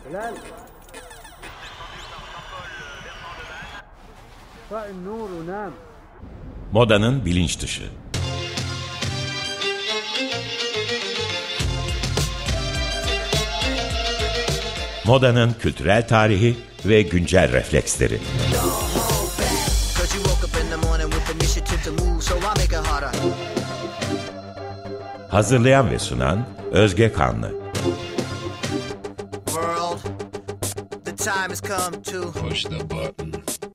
بلال طفئ النور ونام. Modanın bilinç dışı. Modanın kültürel tarihi ve güncel refleksleri. Hazırlayan ve sunan Özge Kanlı. Push the button.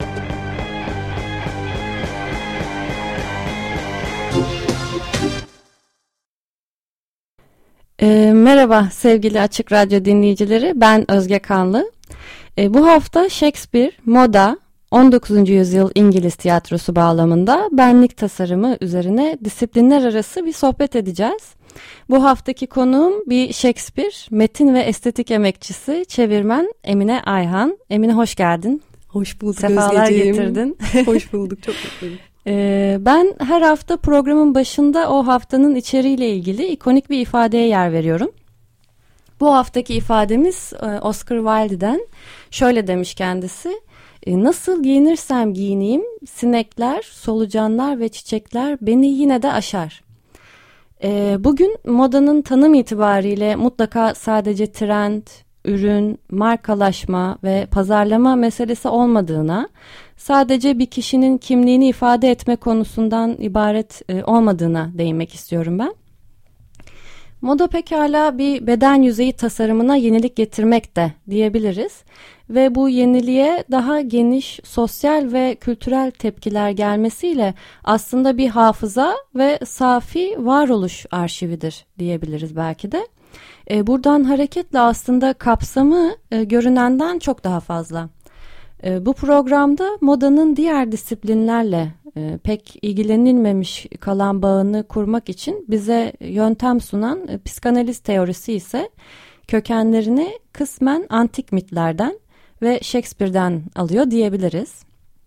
Merhaba sevgili Açık Radyo dinleyicileri, ben Özge Kanlı. Bu hafta Shakespeare, moda, 19. yüzyıl İngiliz tiyatrosu bağlamında benlik tasarımı üzerine disiplinler arası bir sohbet edeceğiz. Bu haftaki konuğum bir Shakespeare, metin ve estetik emekçisi, çevirmen Emine Ayhan. Emine hoş geldin. Hoş bulduk Sefalar Özgeciğim. getirdin. Hoş bulduk, çok mutluyum. Ben her hafta programın başında o haftanın içeriğiyle ilgili ikonik bir ifadeye yer veriyorum. Bu haftaki ifademiz Oscar Wilde'den. Şöyle demiş kendisi: "Nasıl giyinirsem giyineyim, sinekler, solucanlar ve çiçekler beni yine de aşar." Bugün modanın tanım itibariyle mutlaka sadece trend, ürün, markalaşma ve pazarlama meselesi olmadığına, sadece bir kişinin kimliğini ifade etme konusundan ibaret olmadığına değinmek istiyorum ben. Moda pekala bir beden yüzeyi tasarımına yenilik getirmek de diyebiliriz ve bu yeniliğe daha geniş sosyal ve kültürel tepkiler gelmesiyle aslında bir hafıza ve safi varoluş arşividir diyebiliriz belki de. Buradan hareketle aslında kapsamı görünenden çok daha fazla. Bu programda modanın diğer disiplinlerle pek ilgilenilmemiş kalan bağını kurmak için bize yöntem sunan psikanaliz teorisi ise kökenlerini kısmen antik mitlerden ve Shakespeare'den alıyor diyebiliriz.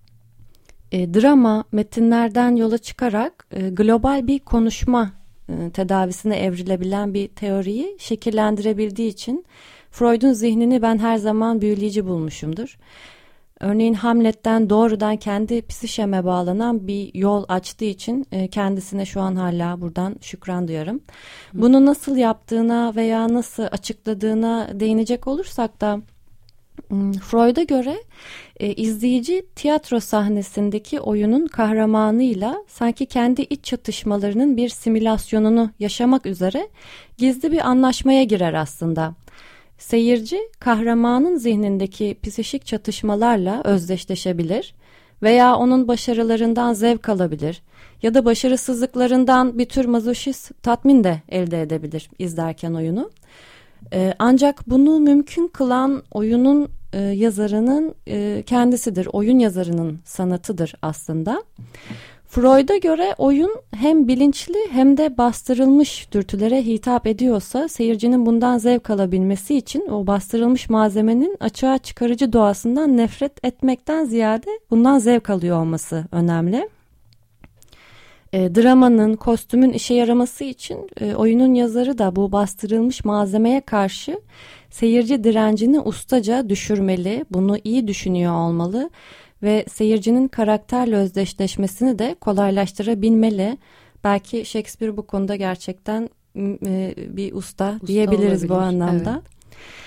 Drama metinlerden yola çıkarak global bir konuşma tedavisine evrilebilen bir teoriyi şekillendirebildiği için Freud'un zihnini ben her zaman büyüleyici bulmuşumdur. Örneğin Hamlet'ten doğrudan kendi psişeme bağlanan bir yol açtığı için kendisine şu an hala buradan şükran duyarım. Bunu nasıl yaptığına veya nasıl açıkladığına değinecek olursak da Freud'a göre izleyici tiyatro sahnesindeki oyunun kahramanıyla sanki kendi iç çatışmalarının bir simülasyonunu yaşamak üzere gizli bir anlaşmaya girer aslında. Seyirci kahramanın zihnindeki psişik çatışmalarla özdeşleşebilir veya onun başarılarından zevk alabilir ya da başarısızlıklarından bir tür mazoşist tatmin de elde edebilir izlerken oyunu. Ancak bunu mümkün kılan oyunun yazarının kendisidir, oyun yazarının sanatıdır aslında. Freud'a göre oyun hem bilinçli hem de bastırılmış dürtülere hitap ediyorsa seyircinin bundan zevk alabilmesi için o bastırılmış malzemenin açığa çıkarıcı doğasından nefret etmekten ziyade bundan zevk alıyor olması önemli. Dramanın, kostümün işe yaraması için oyunun yazarı da bu bastırılmış malzemeye karşı seyirci direncini ustaca düşürmeli, bunu iyi düşünüyor olmalı ve seyircinin karakterle özdeşleşmesini de kolaylaştırabilmeli. Belki Shakespeare bu konuda gerçekten bir usta diyebiliriz olabilir, bu anlamda. Evet.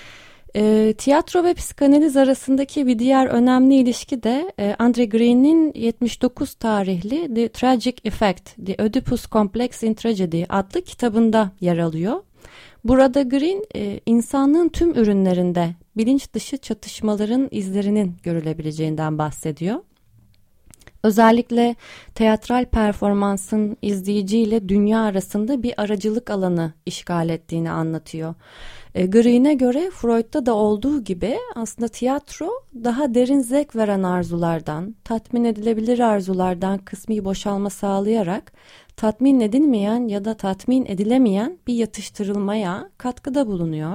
Tiyatro ve psikanaliz arasındaki bir diğer önemli ilişki de Andre Green'in 79 tarihli The Tragic Effect, The Oedipus Complex in Tragedy adlı kitabında yer alıyor. Burada Green insanlığın tüm ürünlerinde bilinç dışı çatışmaların izlerinin görülebileceğinden bahsediyor. Özellikle teatral performansın izleyiciyle dünya arasında bir aracılık alanı işgal ettiğini anlatıyor. Green'e göre Freud'da da olduğu gibi aslında tiyatro daha derin zevk veren arzulardan, tatmin edilebilir arzulardan kısmi boşalma sağlayarak tatmin edilmeyen ya da tatmin edilemeyen bir yatıştırılmaya katkıda bulunuyor.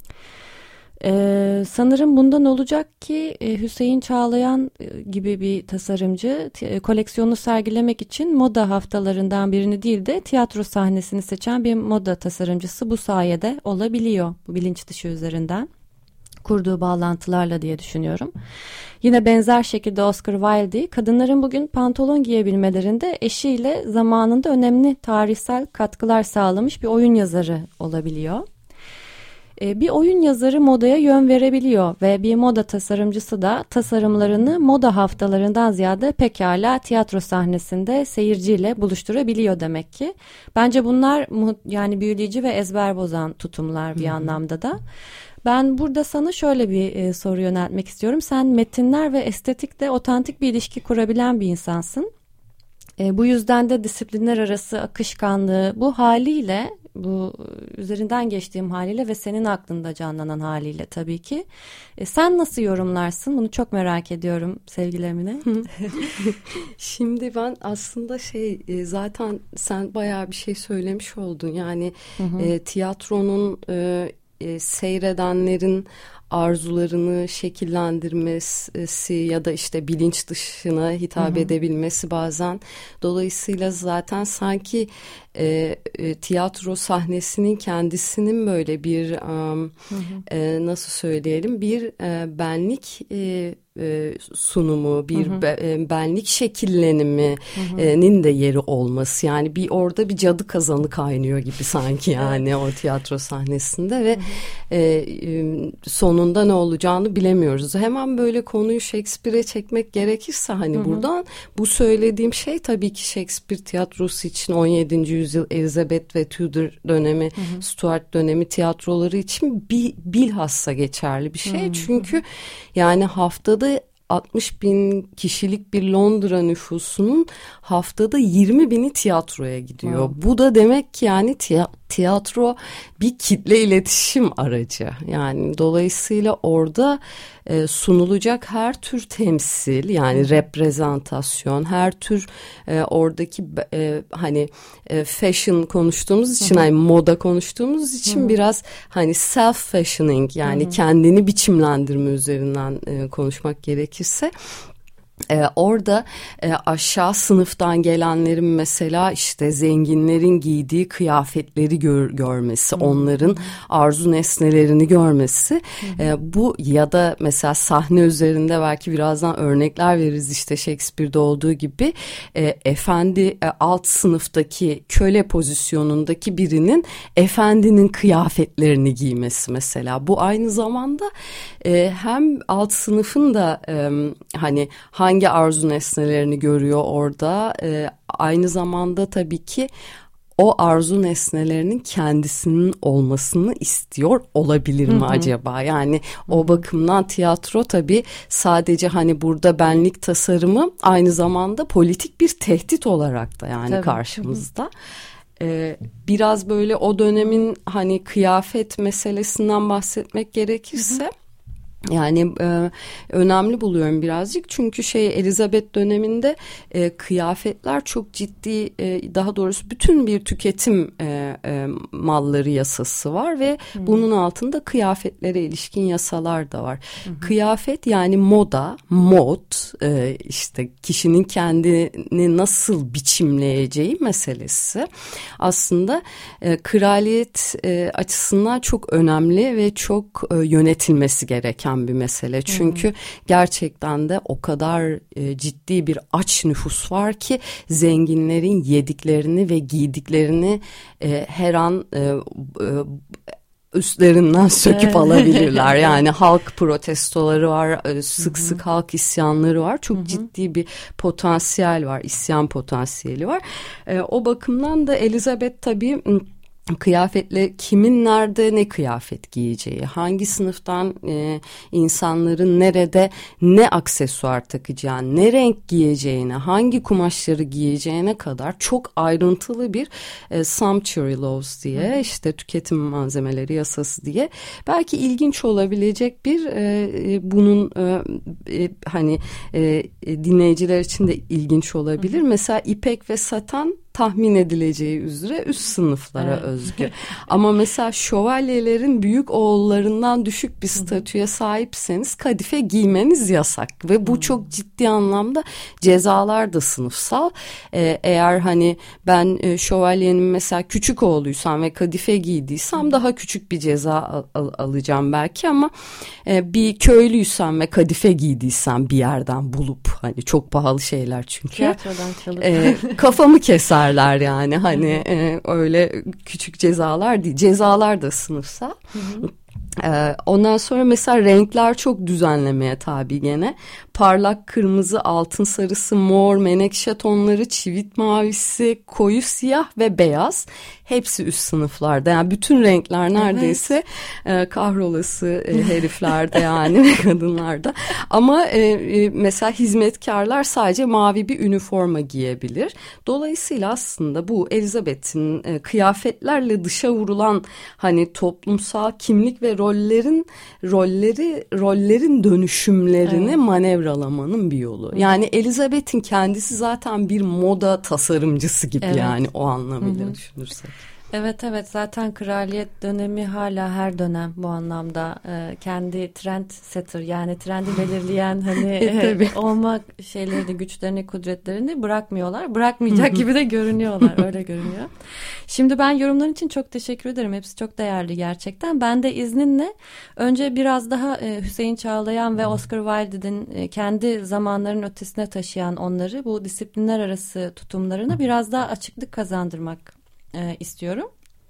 Sanırım bundan olacak ki Hüseyin Çağlayan gibi bir tasarımcı koleksiyonu sergilemek için moda haftalarından birini değil de tiyatro sahnesini seçen bir moda tasarımcısı bu sayede olabiliyor, bu bilinç dışı üzerinden. kurduğu bağlantılarla diye düşünüyorum. Yine benzer şekilde Oscar Wilde, kadınların bugün pantolon giyebilmelerinde eşiyle zamanında önemli tarihsel katkılar sağlamış bir oyun yazarı olabiliyor. Bir oyun yazarı modaya yön verebiliyor ve bir moda tasarımcısı da tasarımlarını moda haftalarından ziyade pekala tiyatro sahnesinde seyirciyle buluşturabiliyor demek ki. Bence bunlar yani büyüleyici ve ezber bozan tutumlar bir anlamda da. Ben burada sana şöyle bir soru yöneltmek istiyorum. Sen metinler ve estetikle otantik bir ilişki kurabilen bir insansın. Bu yüzden de disiplinler arası akışkanlığı bu haliyle, bu üzerinden geçtiğim haliyle ve senin aklında canlanan haliyle tabii ki. Sen nasıl yorumlarsın? Bunu çok merak ediyorum sevgili Emine. Şimdi ben aslında zaten sen bayağı bir şey söylemiş oldun. Yani tiyatronun seyredenlerin arzularını şekillendirmesi ya da işte bilinç dışına hitap edebilmesi bazen. Dolayısıyla zaten sanki tiyatro sahnesinin kendisinin böyle bir nasıl söyleyelim, bir benlik sunumu, bir benlik şekilleniminin de yeri olması. Yani bir orada bir cadı kazanı kaynıyor gibi sanki yani o tiyatro sahnesinde ve sonunda ne olacağını bilemiyoruz. Hemen böyle konuyu Shakespeare'e çekmek gerekirse hani buradan bu söylediğim şey tabii ki Shakespeare tiyatrosu için 17. yüzyıl Elizabeth ve Tudor dönemi, Stuart dönemi tiyatroları için bilhassa geçerli bir şey. Çünkü yani haftada 60 bin kişilik bir Londra nüfusunun haftada 20 bini tiyatroya gidiyor. Bu da demek ki yani tiyatro bir kitle iletişim aracı. Yani dolayısıyla orada sunulacak her tür temsil, yani reprezentasyon, her tür oradaki hani fashion konuştuğumuz için, hani moda konuştuğumuz için biraz hani self fashioning, yani kendini biçimlendirme üzerinden konuşmak gerekirse. Orada aşağı sınıftan gelenlerin mesela işte zenginlerin giydiği kıyafetleri görmesi, onların arzu nesnelerini görmesi, bu ya da mesela sahne üzerinde belki birazdan örnekler veririz, işte Shakespeare'de olduğu gibi efendi alt sınıftaki köle pozisyonundaki birinin efendinin kıyafetlerini giymesi mesela. Bu aynı zamanda hem alt sınıfın da hani hangi arzu nesnelerini görüyor orada, aynı zamanda tabii ki o arzu nesnelerinin kendisinin olmasını istiyor olabilir mi acaba? Yani o bakımdan tiyatro tabii sadece hani burada benlik tasarımı, aynı zamanda politik bir tehdit olarak da yani karşımızda. Biraz böyle o dönemin hani kıyafet meselesinden bahsetmek gerekirse, yani önemli buluyorum birazcık, çünkü Elizabeth döneminde kıyafetler çok ciddi, daha doğrusu bütün bir tüketim malları yasası var ve bunun altında kıyafetlere ilişkin yasalar da var. Kıyafet yani moda, işte kişinin kendini nasıl biçimleyeceği meselesi aslında kraliyet açısından çok önemli ve çok yönetilmesi gereken bir mesele. Çünkü gerçekten de o kadar ciddi bir aç nüfus var ki zenginlerin yediklerini ve giydiklerini her an üstlerinden söküp alabilirler. Yani halk protestoları var, sık sık halk isyanları var. Çok ciddi bir potansiyel var, isyan potansiyeli var. O bakımdan da Elizabeth tabii kıyafetle kimin nerede ne kıyafet giyeceği, hangi sınıftan insanların nerede ne aksesuar takacağını, ne renk giyeceğine, hangi kumaşları giyeceğine kadar çok ayrıntılı bir sumptuary laws diye, işte tüketim malzemeleri yasası diye belki ilginç olabilecek bir bunun hani dinleyiciler için de ilginç olabilir. Mesela ipek ve saten tahmin edileceği üzere üst sınıflara özgü. Ama mesela şövalyelerin büyük oğullarından düşük bir statüye sahipseniz kadife giymeniz yasak ve bu çok ciddi anlamda cezalar da sınıfsal. Eğer hani ben şövalyenin mesela küçük oğluysam ve kadife giydiysem daha küçük bir ceza alacağım belki, ama bir köylüysem ve kadife giydiysem bir yerden bulup, hani çok pahalı şeyler çünkü, tiyatrodan çalıp kafamı keserler yani, hani öyle küçük cezalar değil, cezalar da sınıfsal. Ondan sonra mesela renkler çok düzenlemeye tabi gene. Parlak kırmızı, altın sarısı, mor, menekşe tonları, çivit mavisi, koyu siyah ve beyaz. Hepsi üst sınıflarda. Yani bütün renkler neredeyse kahrolası heriflerde yani ve kadınlarda. Ama mesela hizmetkarlar sadece mavi bir üniforma giyebilir. Dolayısıyla aslında bu Elizabeth'in kıyafetlerle dışa vurulan hani toplumsal kimlik ve rollerin dönüşümlerini manevralamanın bir yolu. Yani Elizabeth'in kendisi zaten bir moda tasarımcısı gibi yani o anlamıyla düşünürsek. Evet zaten kraliyet dönemi hala her dönem bu anlamda kendi trend setter, yani trendi belirleyen hani olmak şeylerini, güçlerini, kudretlerini bırakmıyorlar. Bırakmayacak gibi de görünüyorlar. Öyle görünüyor. Şimdi ben yorumların için çok teşekkür ederim. Hepsi çok değerli gerçekten. Ben de izninle önce biraz daha Hüseyin Çağlayan ve Oscar Wilde'in kendi zamanların ötesine taşıyan onları, bu disiplinler arası tutumlarına biraz daha açıklık kazandırmak istiyorum.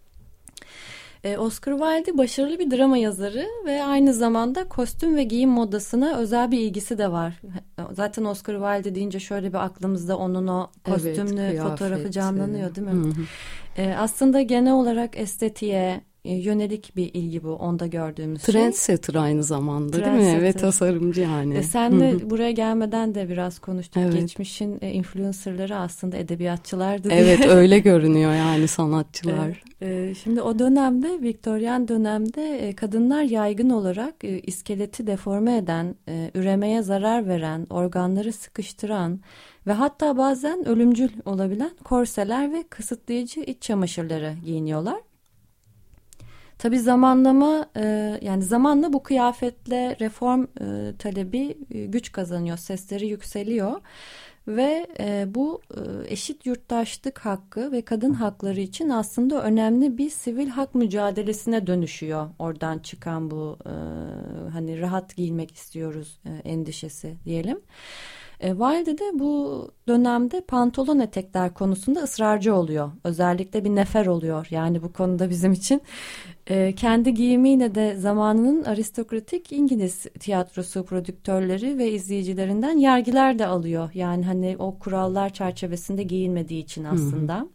Oscar Wilde başarılı bir drama yazarı ve aynı zamanda kostüm ve giyim modasına özel bir ilgisi de var. Zaten Oscar Wilde deyince şöyle bir aklımızda onun o kostümlü fotoğrafı canlanıyor, değil mi? Aslında genel olarak estetiğe yönelik bir ilgi bu, onda gördüğümüz Trendsetter aynı zamanda değil mi? Ve tasarımcı yani. Sen de buraya gelmeden de biraz konuştuk. Geçmişin influencerları aslında edebiyatçılardı diye. Evet, öyle görünüyor yani sanatçılar. Şimdi o dönemde, Viktoryen dönemde kadınlar yaygın olarak iskeleti deforme eden, üremeye zarar veren, organları sıkıştıran ve hatta bazen ölümcül olabilen korseler ve kısıtlayıcı iç çamaşırları giyiniyorlar. Tabii zamanla bu kıyafetle reform talebi güç kazanıyor, sesleri yükseliyor ve bu eşit yurttaşlık hakkı ve kadın hakları için aslında önemli bir sivil hak mücadelesine dönüşüyor. Oradan çıkan bu hani rahat giyinmek istiyoruz endişesi diyelim. Wilde de bu dönemde pantolon etekler konusunda ısrarcı oluyor. Özellikle bir nefer oluyor yani bu konuda bizim için. Kendi giyimiyle de zamanının aristokratik İngiliz tiyatrosu prodüktörleri ve izleyicilerinden yergiler de alıyor. Yani hani o kurallar çerçevesinde giyinmediği için aslında.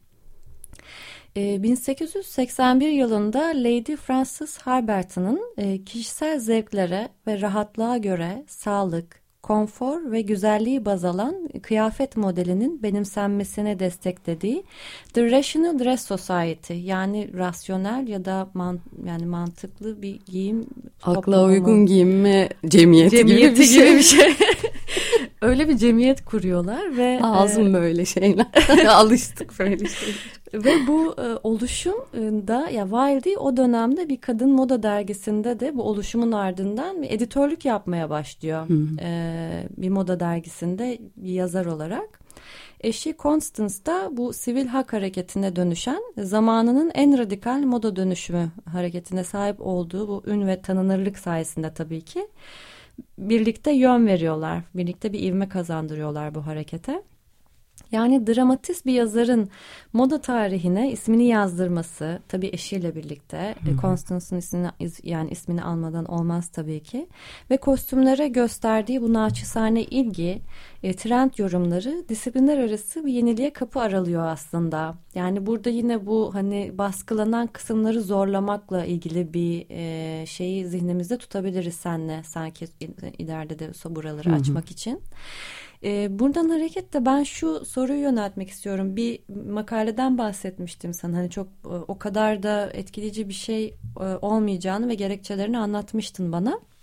1881 yılında Lady Frances Harberton'ın kişisel zevklere ve rahatlığa göre sağlık, konfor ve güzelliği baz alan kıyafet modelinin benimsenmesine desteklediği The Rational Dress Society, yani rasyonel ya da mantıklı bir giyim akla uygun giyinme cemiyeti gibi bir şey. Öyle bir cemiyet kuruyorlar ve ağzım böyle şeyler alıştık böyle şeyler. Ve bu oluşumda ya Wilde o dönemde bir kadın moda dergisinde de bu oluşumun ardından bir editörlük yapmaya başlıyor. Bir moda dergisinde bir yazar olarak. Eşi Constance da bu sivil hak hareketine dönüşen, zamanının en radikal moda dönüşümü hareketine sahip olduğu bu ün ve tanınırlık sayesinde tabii ki birlikte yön veriyorlar. Birlikte bir ivme kazandırıyorlar bu harekete. Yani dramatist bir yazarın moda tarihine ismini yazdırması, tabii eşiyle birlikte, Constance'ın ismini almadan olmaz tabii ki, ve kostümlere gösterdiği bu naçizane ilgi, trend yorumları disiplinler arası bir yeniliğe kapı aralıyor aslında. Yani burada yine bu hani baskılanan kısımları zorlamakla ilgili bir şeyi zihnimizde tutabiliriz senle, sanki ileride de buraları açmak için. Buradan hareketle ben şu soruyu yöneltmek istiyorum. Bir makaleden bahsetmiştim sana. Hani çok o kadar da etkileyici bir şey olmayacağını ve gerekçelerini anlatmıştın bana.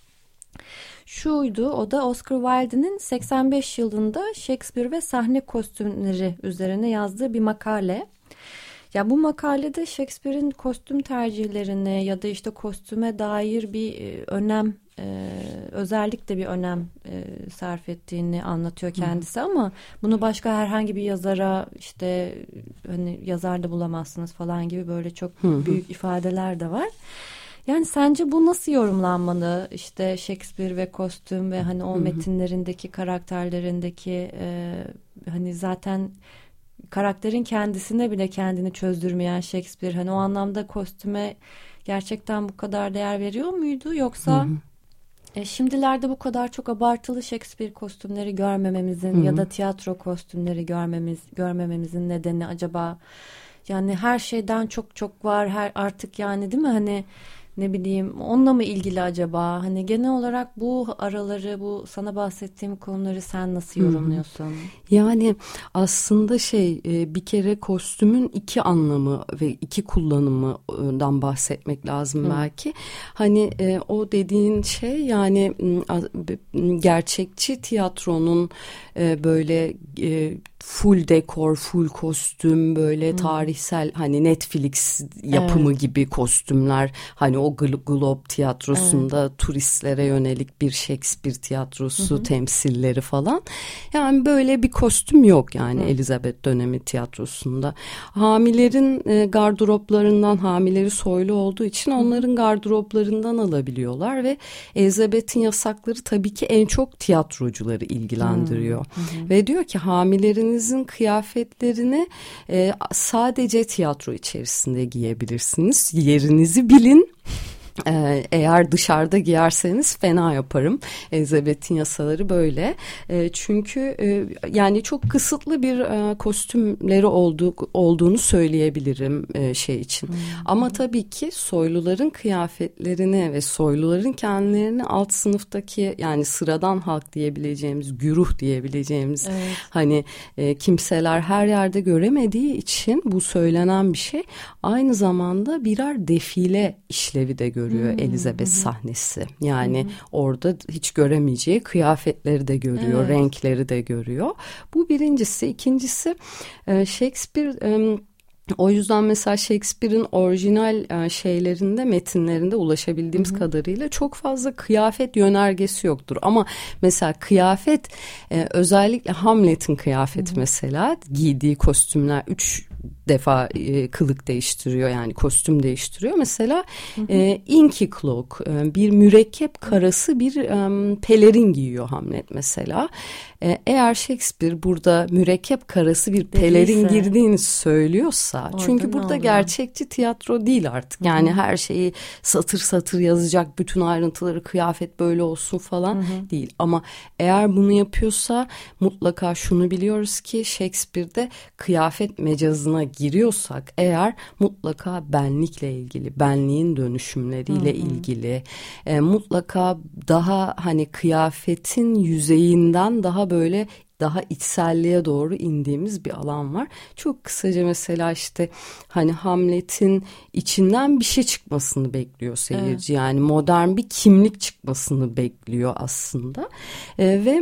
şuydu, o da Oscar Wilde'nin 85 yılında Shakespeare ve sahne kostümleri üzerine yazdığı bir makale. Ya bu makalede Shakespeare'in kostüm tercihlerine ya da işte kostüme dair bir önem, özellikle bir önem sarf ettiğini anlatıyor kendisi, ama bunu başka herhangi bir yazara, işte hani yazarda bulamazsınız falan gibi böyle çok büyük ifadeler de var. Yani sence bu nasıl yorumlanmalı? İşte Shakespeare ve kostüm ve hani o metinlerindeki karakterlerindeki hani zaten karakterin kendisine bile kendini çözdürmeyen Shakespeare, hani o anlamda kostüme gerçekten bu kadar değer veriyor muydu, yoksa şimdilerde bu kadar çok abartılı Shakespeare kostümleri görmememizin ya da tiyatro kostümleri görmememizin nedeni acaba, yani her şeyden çok var artık, yani değil mi, hani ne bileyim, onunla mı ilgili acaba? Hani genel olarak bu araları, bu sana bahsettiğim konuları sen nasıl yorumluyorsun? Yani aslında bir kere kostümün iki anlamı ve iki kullanımından bahsetmek lazım belki. Hani o dediğin şey, yani gerçekçi tiyatronun böyle full dekor, full kostüm, böyle tarihsel, hani Netflix yapımı gibi kostümler, hani o Globe tiyatrosunda turistlere yönelik bir Shakespeare tiyatrosu temsilleri falan. Yani böyle bir kostüm yok yani Elizabeth dönemi tiyatrosunda. Hamilerin gardıroplarından, hamileri soylu olduğu için onların gardıroplarından alabiliyorlar ve Elizabeth'in yasakları tabii ki en çok tiyatrocuları ilgilendiriyor. Ve diyor ki hamilerinizin kıyafetlerini sadece tiyatro içerisinde giyebilirsiniz. Yerinizi bilin. Eğer dışarıda giyerseniz fena yaparım. Elizabeth'in yasaları böyle. Çünkü yani çok kısıtlı bir kostümleri olduğunu söyleyebilirim için. Ama tabii ki soyluların kıyafetlerini ve soyluların kendilerini alt sınıftaki, yani sıradan halk diyebileceğimiz, güruh diyebileceğimiz hani kimseler her yerde göremediği için bu söylenen bir şey. Aynı zamanda birer defile işlevi de görüyor Elizabeth sahnesi. Yani orada hiç göremeyeceği kıyafetleri de görüyor, renkleri de görüyor. Bu birincisi. İkincisi, Shakespeare... O yüzden mesela Shakespeare'in orijinal şeylerinde, metinlerinde ulaşabildiğimiz kadarıyla çok fazla kıyafet yönergesi yoktur. Ama mesela kıyafet, özellikle Hamlet'in kıyafeti mesela, giydiği kostümler 3 defa kılık değiştiriyor, yani kostüm değiştiriyor. Mesela inky cloak, bir mürekkep karası bir pelerin giyiyor Hamlet mesela. Eğer Shakespeare burada mürekkep karası bir pelerin girdiğini söylüyorsa, çünkü burada gerçekçi tiyatro değil artık. Yani her şeyi satır satır yazacak, bütün ayrıntıları, kıyafet böyle olsun falan değil. Ama eğer bunu yapıyorsa mutlaka şunu biliyoruz ki Shakespeare'de kıyafet mecazına giriyorsak eğer, mutlaka benlikle ilgili, benliğin dönüşümleriyle ilgili, mutlaka daha hani kıyafetin yüzeyinden daha içselliğe doğru indiğimiz bir alan var. Çok kısaca mesela işte hani Hamlet'in içinden bir şey çıkmasını bekliyor seyirci. Yani modern bir kimlik çıkmasını bekliyor aslında. Ve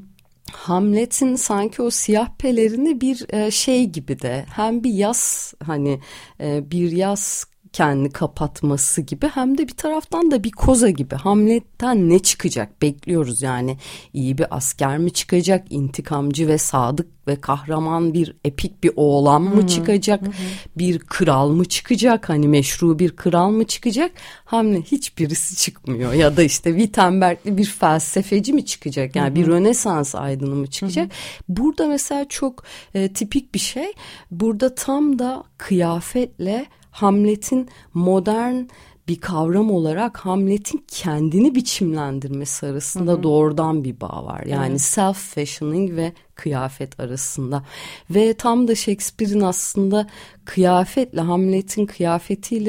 Hamlet'in sanki o siyah pelerini bir şey gibi de, hem bir yas, hani bir yas kendini kapatması gibi, hem de bir taraftan da bir koza gibi. Hamlet'ten ne çıkacak bekliyoruz yani. İyi bir asker mi çıkacak, intikamcı ve sadık ve kahraman bir epik bir oğlan mı çıkacak, bir kral mı çıkacak, hani meşru bir kral mı çıkacak? Hamlet hiçbirisi çıkmıyor. Ya da işte Wittenberg'li bir felsefeci mi çıkacak, yani bir Rönesans aydını mı çıkacak? Burada mesela çok tipik bir şey, burada tam da kıyafetle Hamlet'in modern bir kavram olarak Hamlet'in kendini biçimlendirmesi arasında doğrudan bir bağ var. Yani self-fashioning ve kıyafet arasında. Ve tam da Shakespeare'in aslında kıyafetle, Hamlet'in kıyafetiyle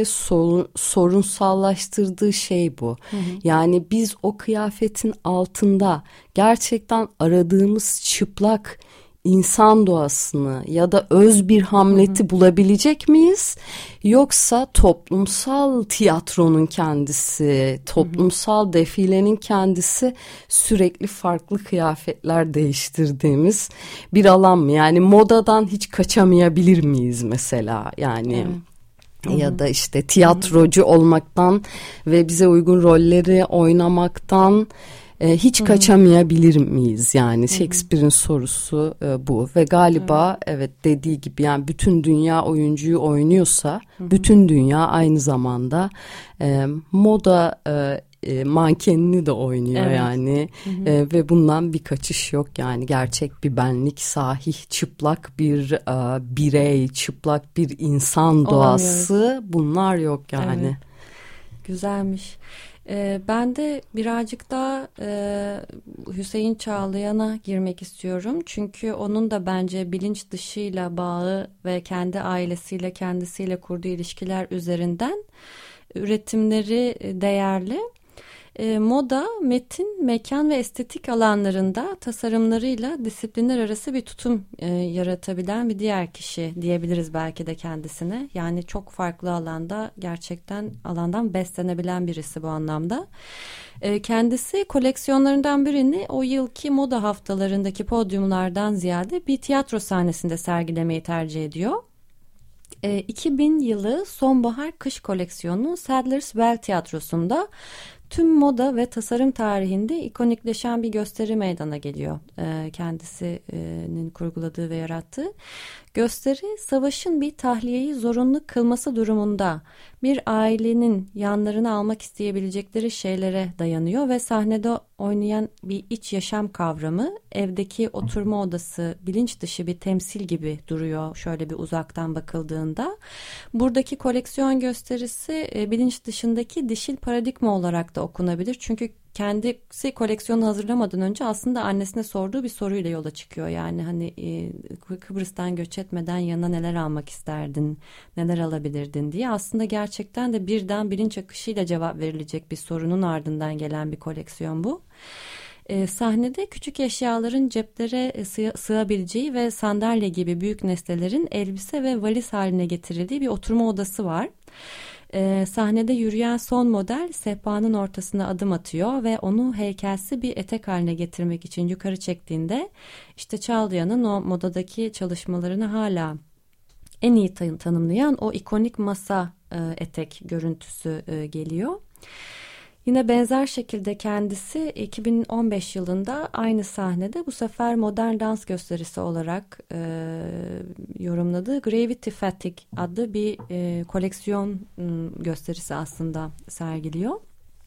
sorunsallaştırdığı şey bu. Yani biz o kıyafetin altında gerçekten aradığımız çıplak insan doğasını ya da öz bir Hamlet'i bulabilecek miyiz? Yoksa toplumsal tiyatronun kendisi, toplumsal defilenin kendisi sürekli farklı kıyafetler değiştirdiğimiz bir alan mı? Yani modadan hiç kaçamayabilir miyiz mesela? Yani ya da işte tiyatrocu olmaktan ve bize uygun rolleri oynamaktan hiç kaçamayabilir miyiz? Yani Shakespeare'in sorusu bu ve galiba evet dediği gibi yani bütün dünya oyuncuyu oynuyorsa bütün dünya aynı zamanda moda mankenini de oynuyor yani ve bundan bir kaçış yok yani gerçek bir benlik, sahih, çıplak bir birey, çıplak bir insan doğası bunlar yok yani. Evet. Güzelmiş. Ben de birazcık daha Hüseyin Çağlayan'a girmek istiyorum. Çünkü onun da bence bilinç dışıyla bağı ve kendi ailesiyle kendisiyle kurduğu ilişkiler üzerinden üretimleri değerli. Moda, metin, mekan ve estetik alanlarında tasarımlarıyla disiplinler arası bir tutum yaratabilen bir diğer kişi diyebiliriz belki de kendisine. Yani çok farklı alanda gerçekten alandan beslenebilen birisi bu anlamda. Kendisi koleksiyonlarından birini o yılki moda haftalarındaki podyumlardan ziyade bir tiyatro sahnesinde sergilemeyi tercih ediyor. 2000 yılı sonbahar-kış koleksiyonu Sadler's Well Tiyatrosu'nda tüm moda ve tasarım tarihinde ikonikleşen bir gösteri meydana geliyor. Kendisinin kurguladığı ve yarattığı. Gösteri savaşın bir tahliyeyi zorunlu kılması durumunda bir ailenin yanlarına almak isteyebilecekleri şeylere dayanıyor ve sahnede oynayan bir iç yaşam kavramı evdeki oturma odası bilinç dışı bir temsil gibi duruyor şöyle bir uzaktan bakıldığında. Buradaki koleksiyon gösterisi bilinç dışındaki dişil paradigma olarak da okunabilir. Çünkü kendisi koleksiyonu hazırlamadan önce aslında annesine sorduğu bir soruyla yola çıkıyor. Yani hani Kıbrıs'tan göç etmeden yanına neler almak isterdin, neler alabilirdin diye. Aslında gerçekten de birden bilinç akışıyla cevap verilecek bir sorunun ardından gelen bir koleksiyon bu. Sahnede küçük eşyaların ceplere sığabileceği ve sandalye gibi büyük nesnelerin elbise ve valiz haline getirildiği bir oturma odası var. Sahnede yürüyen son model sehpanın ortasına adım atıyor ve onu heykelsi bir etek haline getirmek için yukarı çektiğinde işte Çağlayan'ın o modadaki çalışmalarını hala en iyi tanımlayan o ikonik masa etek görüntüsü geliyor. Yine benzer şekilde kendisi 2015 yılında aynı sahnede bu sefer modern dans gösterisi olarak yorumladığı Gravity Fatigue adlı bir koleksiyon gösterisi aslında sergiliyor.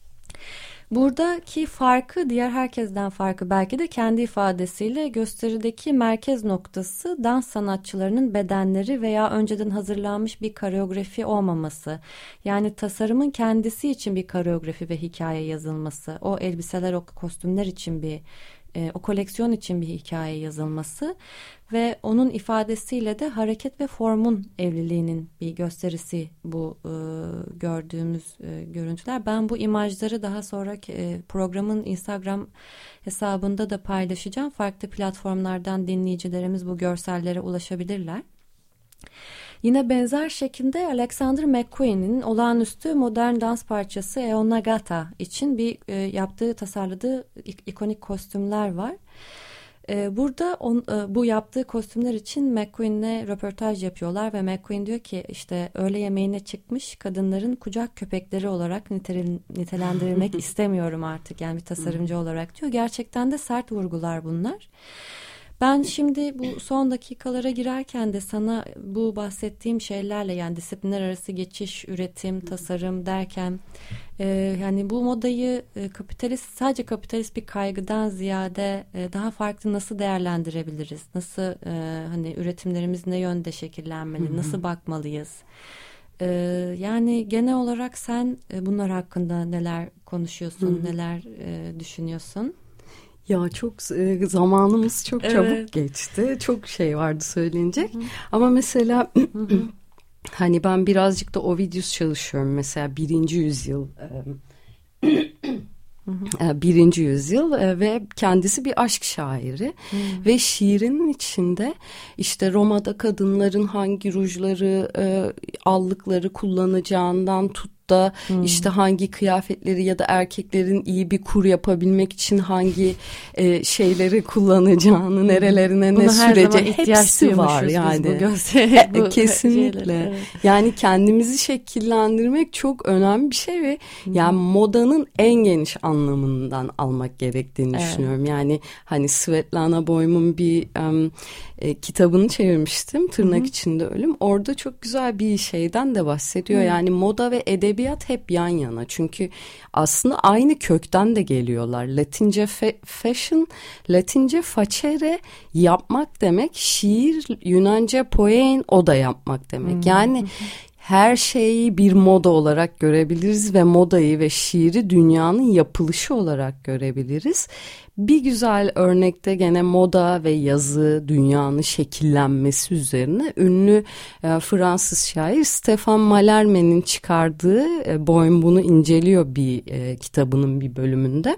Buradaki farkı, diğer herkesten farkı belki de kendi ifadesiyle gösterideki merkez noktası dans sanatçılarının bedenleri veya önceden hazırlanmış bir koreografi olmaması. Yani tasarımın kendisi için bir koreografi ve hikaye yazılması. O elbiseler, o kostümler için o koleksiyon için bir hikaye yazılması ve onun ifadesiyle de hareket ve formun evliliğinin bir gösterisi bu gördüğümüz görüntüler. Ben bu imajları daha sonraki programın Instagram hesabında da paylaşacağım. Farklı platformlardan dinleyicilerimiz bu görsellere ulaşabilirler. Yine benzer şekilde Alexander McQueen'in olağanüstü modern dans parçası Eonagata için tasarladığı ikonik kostümler var. Burada bu yaptığı kostümler için McQueen'le röportaj yapıyorlar ve McQueen diyor ki işte öğle yemeğine çıkmış kadınların kucak köpekleri olarak nitelendirilmek istemiyorum artık yani bir tasarımcı olarak diyor. Gerçekten de sert vurgular bunlar. Ben şimdi bu son dakikalara girerken de sana bu bahsettiğim şeylerle yani disiplinler arası geçiş, üretim, tasarım derken yani bu modayı sadece kapitalist bir kaygıdan ziyade daha farklı nasıl değerlendirebiliriz? Nasıl hani üretimlerimiz ne yönde şekillenmeli? Nasıl bakmalıyız? Yani genel olarak sen bunlar hakkında neler konuşuyorsun, neler düşünüyorsun? Ya çok zamanımız çok çabuk geçti. Çok şey vardı söylenecek. Ama mesela hani ben birazcık da Ovidius çalışıyorum. Mesela 1. yüzyıl 1. yüzyıl ve kendisi bir aşk şairi ve şiirinin içinde işte Roma'da kadınların hangi rujları, allıkları kullanacağından tut da işte hangi kıyafetleri ya da erkeklerin iyi bir kur yapabilmek için hangi şeyleri kullanacağını, nerelerine ne sürece hepsi var yani. Bu kesinlikle. Şeyleri, evet. Yani kendimizi şekillendirmek çok önemli bir şey ve yani modanın en geniş anlamından almak gerektiğini düşünüyorum. Yani hani Svetlana Boym'un bir kitabını çevirmiştim, Tırnak içinde Ölüm. Orada çok güzel bir şeyden de bahsediyor. Yani moda ve edebiyat hep yan yana. Çünkü aslında aynı kökten de geliyorlar. Latince fashion, Latince facere yapmak demek. Şiir, Yunanca poiein, o da yapmak demek. Yani her şeyi bir moda olarak görebiliriz ve modayı ve şiiri dünyanın yapılışı olarak görebiliriz. Bir güzel örnekte gene moda ve yazı, dünyanın şekillenmesi üzerine ünlü Fransız şair Stéphane Mallarmé'nin çıkardığı, Boym bunu inceliyor bir kitabının bir bölümünde.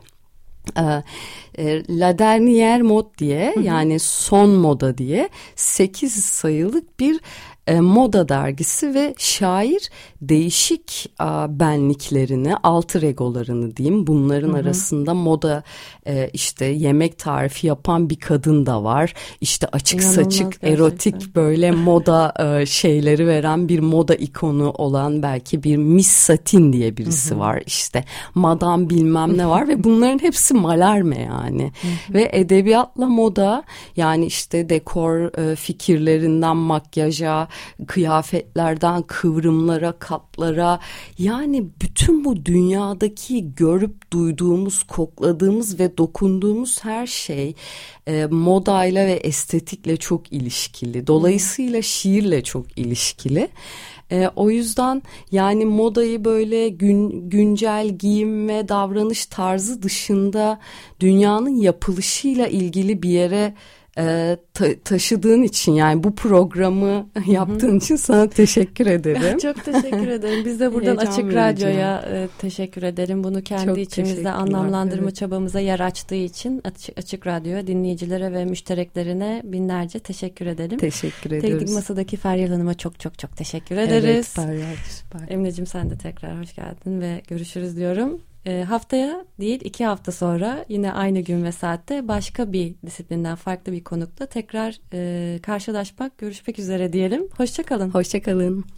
La Dernière Mode diye, yani son moda diye 8 sayılık bir moda dergisi ve şair değişik benliklerini, alter egolarını diyeyim, bunların arasında moda, işte yemek tarifi yapan bir kadın da var, işte açık İnanılmaz saçık gerçekten. erotik böyle moda şeyleri veren bir moda ikonu olan belki bir Miss Satin diye birisi var, işte Madame bilmem ne var ve bunların hepsi Mallarmé yani. Ve edebiyatla moda, yani işte dekor fikirlerinden makyaja, kıyafetlerden kıvrımlara, katlara, yani bütün bu dünyadaki görüp duyduğumuz, kokladığımız ve dokunduğumuz her şey modayla ve estetikle çok ilişkili. Dolayısıyla şiirle çok ilişkili. O yüzden yani modayı böyle güncel giyim ve davranış tarzı dışında dünyanın yapılışıyla ilgili bir yere taşıdığın için, yani bu programı yaptığın için sana teşekkür ederim. Çok teşekkür ederim. Biz de buradan Açık Radyo'ya teşekkür ederim. Bunu kendi çok içimizde anlamlandırma çabamıza yer açtığı için Açık Radyo'ya, dinleyicilere ve müştereklerine binlerce teşekkür ederim. Teşekkür ederiz. Teknik Masa'daki Feryal Hanım'a çok teşekkür ederiz. Evet, Feryal, süper. Emre'cim sen de tekrar hoş geldin ve görüşürüz diyorum. Haftaya değil 2 hafta sonra yine aynı gün ve saatte başka bir disiplinden farklı bir konukla tekrar karşılaşmak, görüşmek üzere diyelim. Hoşça kalın. Hoşça kalın.